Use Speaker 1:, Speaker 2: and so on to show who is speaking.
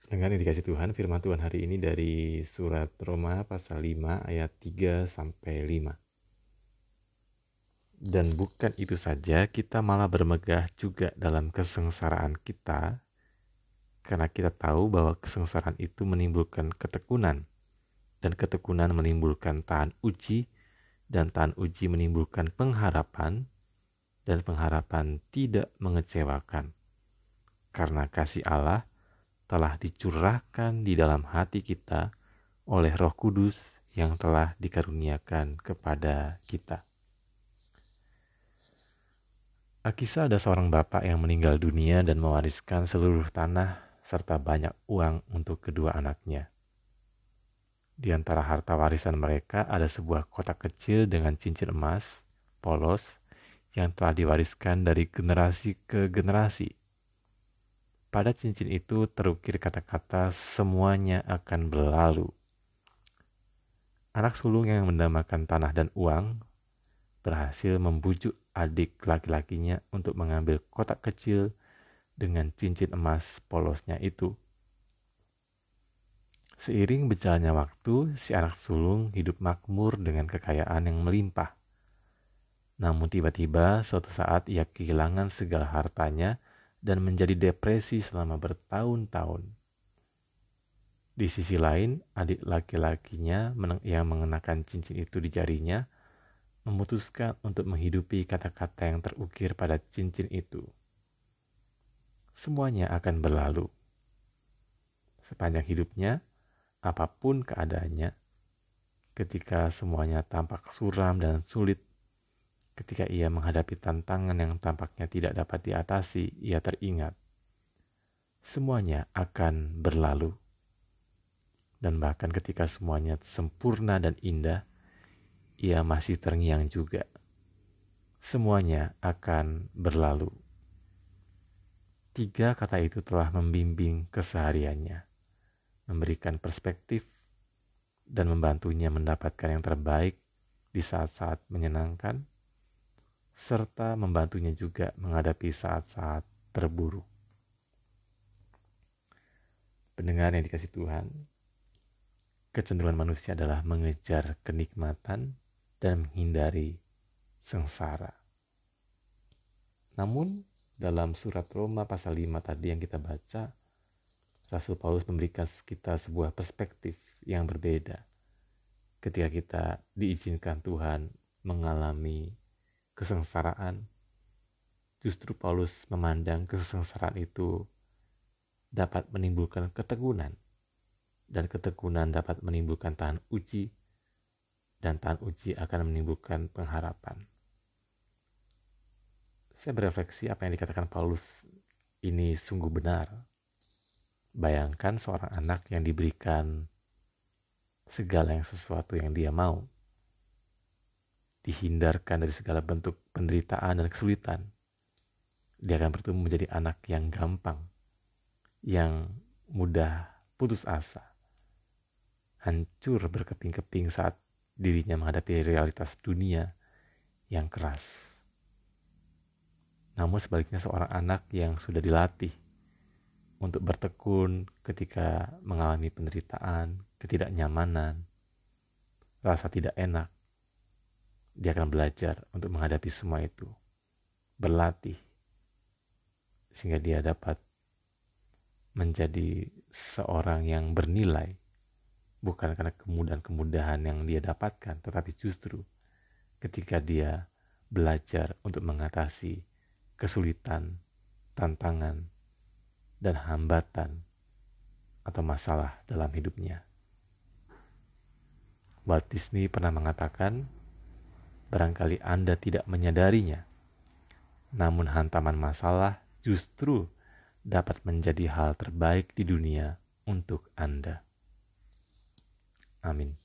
Speaker 1: Dengan yang dikasih Tuhan, firman Tuhan hari ini dari surat Roma pasal 5 ayat 3 sampai 5. Dan bukan itu saja, kita malah bermegah juga dalam kesengsaraan kita, karena kita tahu bahwa kesengsaraan itu menimbulkan ketekunan, dan ketekunan menimbulkan tahan uji, dan tahan uji menimbulkan pengharapan, dan pengharapan tidak mengecewakan. Karena kasih Allah telah dicurahkan di dalam hati kita oleh Roh Kudus yang telah dikaruniakan kepada kita. Alkisah ada seorang bapak yang meninggal dunia dan mewariskan seluruh tanah serta banyak uang untuk kedua anaknya. Di antara harta warisan mereka ada sebuah kotak kecil dengan cincin emas, polos, yang telah diwariskan dari generasi ke generasi. Pada cincin itu terukir kata-kata semuanya akan berlalu. Anak sulung yang mendambakan tanah dan uang berhasil membujuk adik laki-lakinya untuk mengambil kotak kecil dengan cincin emas polosnya itu. Seiring berjalannya waktu, si anak sulung hidup makmur dengan kekayaan yang melimpah. Namun tiba-tiba suatu saat ia kehilangan segala hartanya dan menjadi depresi selama bertahun-tahun. Di sisi lain, adik laki-lakinya yang mengenakan cincin itu di jarinya memutuskan untuk menghidupi kata-kata yang terukir pada cincin itu. Semuanya akan berlalu. Sepanjang hidupnya, apapun keadaannya, ketika semuanya tampak suram dan sulit, ketika ia menghadapi tantangan yang tampaknya tidak dapat diatasi, ia teringat. Semuanya akan berlalu. Dan bahkan ketika semuanya sempurna dan indah, ia masih terngiang juga. Semuanya akan berlalu. 3 kata itu telah membimbing kesehariannya, memberikan perspektif, dan membantunya mendapatkan yang terbaik di saat-saat menyenangkan, serta membantunya juga menghadapi saat-saat terburuk. Pendengar yang dikasih Tuhan, kecenderungan manusia adalah mengejar kenikmatan dan menghindari sengsara. Namun, dalam surat Roma pasal 5 tadi yang kita baca, Rasul Paulus memberikan kita sebuah perspektif yang berbeda. Ketika kita diizinkan Tuhan mengalami kesengsaraan, justru Paulus memandang kesengsaraan itu dapat menimbulkan ketekunan, dan ketekunan dapat menimbulkan tahan uji, dan tahan uji akan menimbulkan pengharapan. Saya berefleksi apa yang dikatakan Paulus ini sungguh benar. Bayangkan seorang anak yang diberikan segala yang sesuatu yang dia mau, dihindarkan dari segala bentuk penderitaan dan kesulitan. Dia akan bertumbuh menjadi anak yang gampang, yang mudah putus asa, hancur berkeping-keping saat dirinya menghadapi realitas dunia yang keras. Namun sebaliknya seorang anak yang sudah dilatih untuk bertekun ketika mengalami penderitaan, ketidaknyamanan, rasa tidak enak, dia akan belajar untuk menghadapi semua itu, berlatih, sehingga dia dapat menjadi seorang yang bernilai, bukan karena kemudahan-kemudahan yang dia dapatkan, tetapi justru ketika dia belajar untuk mengatasi kesulitan, tantangan, dan hambatan atau masalah dalam hidupnya. Walt Disney pernah mengatakan, barangkali Anda tidak menyadarinya, namun hantaman masalah justru dapat menjadi hal terbaik di dunia untuk Anda. Amin.